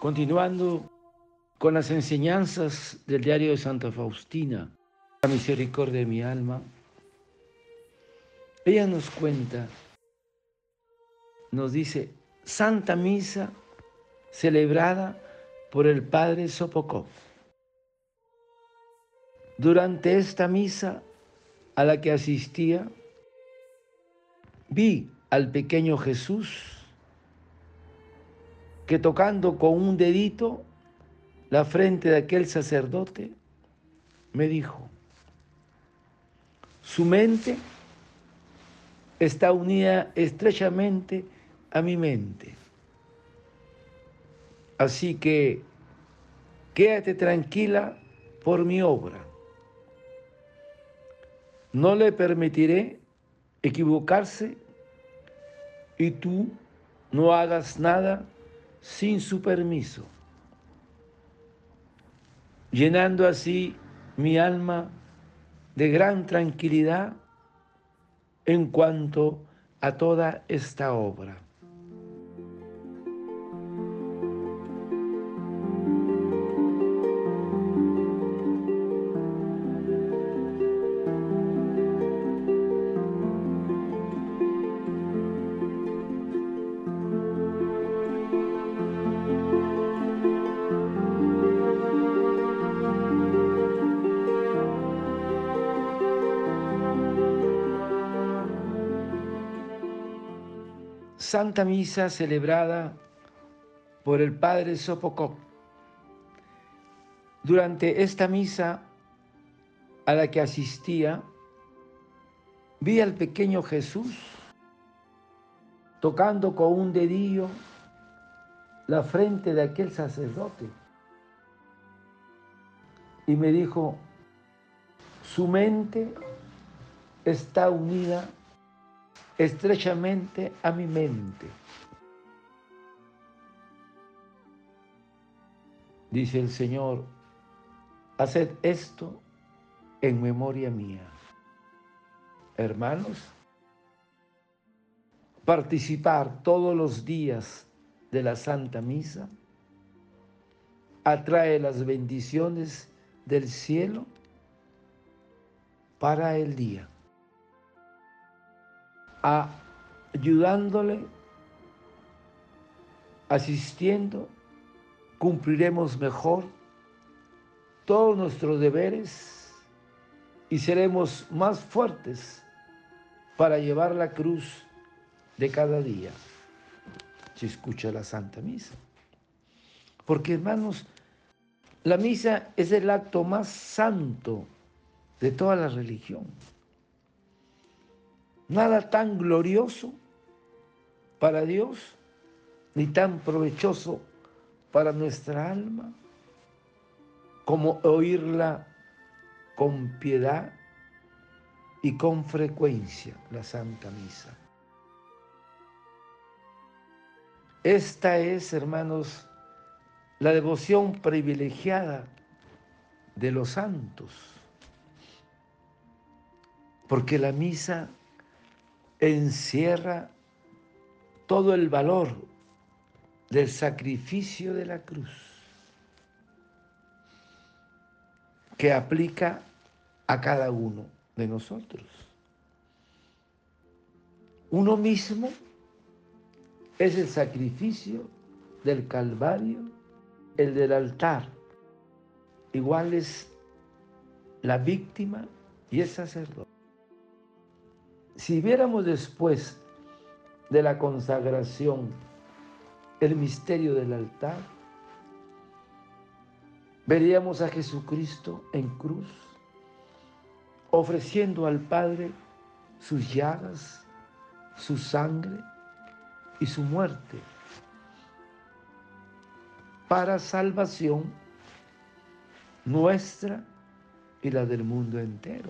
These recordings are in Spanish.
Continuando con las enseñanzas del diario de Santa Faustina, la misericordia de mi alma, ella nos cuenta, nos dice, Santa Misa celebrada por el Padre Sopocov. Durante esta misa a la que asistía, vi al pequeño Jesús que tocando con un dedito la frente de aquel sacerdote, me dijo, su mente está unida estrechamente a mi mente. Así que quédate tranquila por mi obra. No le permitiré equivocarse y tú no hagas nada sin su permiso, llenando así mi alma de gran tranquilidad en cuanto a toda esta obra. Santa Misa celebrada por el Padre Sopocov. Durante esta misa a la que asistía, vi al pequeño Jesús tocando con un dedillo la frente de aquel sacerdote y me dijo, su mente está unida estrechamente a mi mente. Dice el Señor, haced esto en memoria mía. Hermanos, participar todos los días de la Santa Misa atrae las bendiciones del cielo para el día, ayudándole, asistiendo, cumpliremos mejor todos nuestros deberes y seremos más fuertes para llevar la cruz de cada día. Se escucha la Santa Misa. Porque, hermanos, la misa es el acto más santo de toda la religión. Nada tan glorioso para Dios, ni tan provechoso para nuestra alma, como oírla con piedad y con frecuencia, la Santa Misa. Esta es, hermanos, la devoción privilegiada de los santos, porque la misa encierra todo el valor del sacrificio de la cruz, que aplica a cada uno de nosotros. Uno mismo es el sacrificio del Calvario, el del altar. Igual es la víctima y el sacerdote. Si viéramos después de la consagración el misterio del altar, veríamos a Jesucristo en cruz, ofreciendo al Padre sus llagas, su sangre y su muerte para salvación nuestra y la del mundo entero.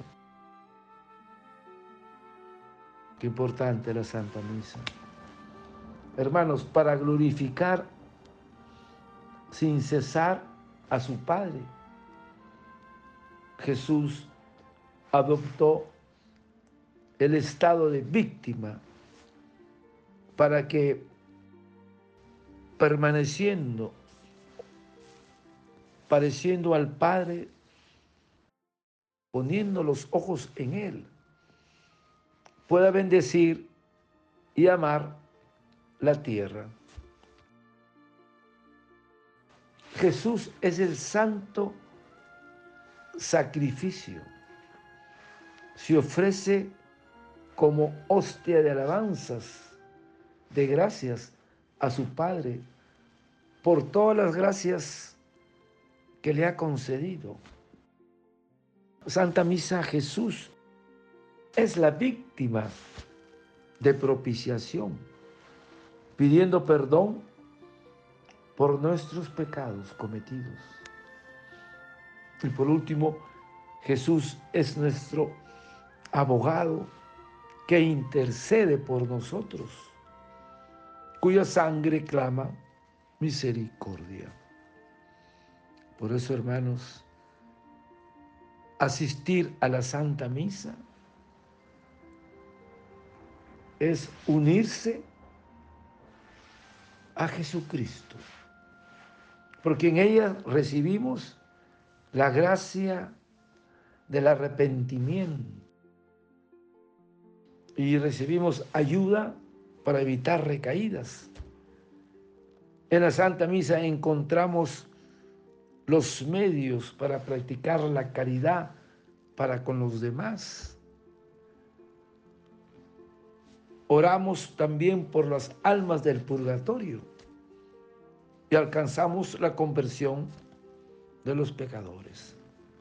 Qué importante la Santa Misa. Hermanos, para glorificar sin cesar a su Padre, Jesús adoptó el estado de víctima para que, permaneciendo pareciendo al Padre, poniendo los ojos en Él, pueda bendecir y amar la tierra. Jesús es el santo sacrificio. Se ofrece como hostia de alabanzas, de gracias a su Padre por todas las gracias que le ha concedido. Santa Misa, Jesús es la víctima de propiciación, pidiendo perdón por nuestros pecados cometidos. Y por último, Jesús es nuestro abogado que intercede por nosotros, cuya sangre clama misericordia. Por eso, hermanos, asistir a la Santa Misa es unirse a Jesucristo, porque en ella recibimos la gracia del arrepentimiento y recibimos ayuda para evitar recaídas. En la Santa Misa encontramos los medios para practicar la caridad para con los demás. Oramos también por las almas del purgatorio y alcanzamos la conversión de los pecadores.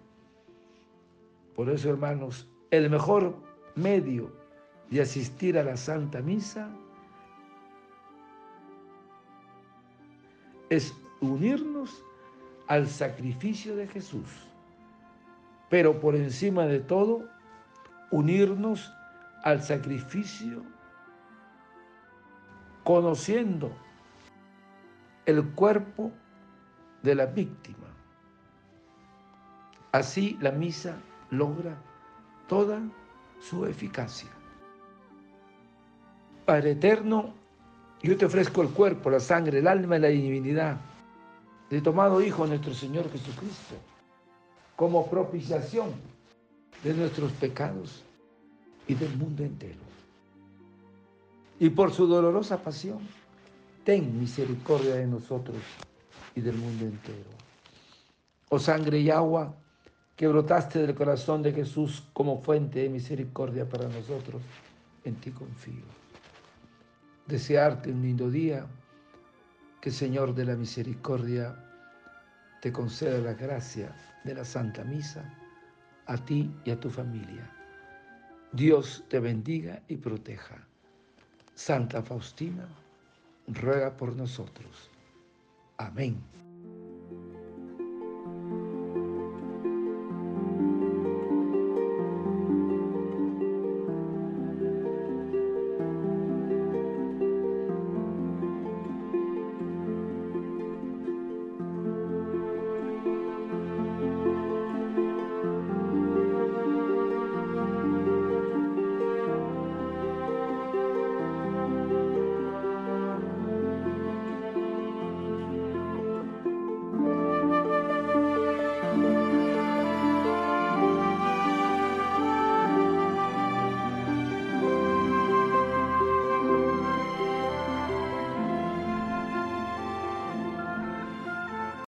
Por eso, hermanos, el mejor medio de asistir a la Santa Misa es unirnos al sacrificio de Jesús, pero por encima de todo, unirnos al sacrificio conociendo el cuerpo de la víctima. Así la misa logra toda su eficacia. Padre eterno, yo te ofrezco el cuerpo, la sangre, el alma y la divinidad de tu amado Hijo, nuestro Señor Jesucristo, como propiciación de nuestros pecados y del mundo entero. Y por su dolorosa pasión, ten misericordia de nosotros y del mundo entero. Oh sangre y agua que brotaste del corazón de Jesús como fuente de misericordia para nosotros, en ti confío. Desearte un lindo día, que el Señor de la misericordia te conceda la gracia de la Santa Misa a ti y a tu familia. Dios te bendiga y proteja. Santa Faustina, ruega por nosotros. Amén.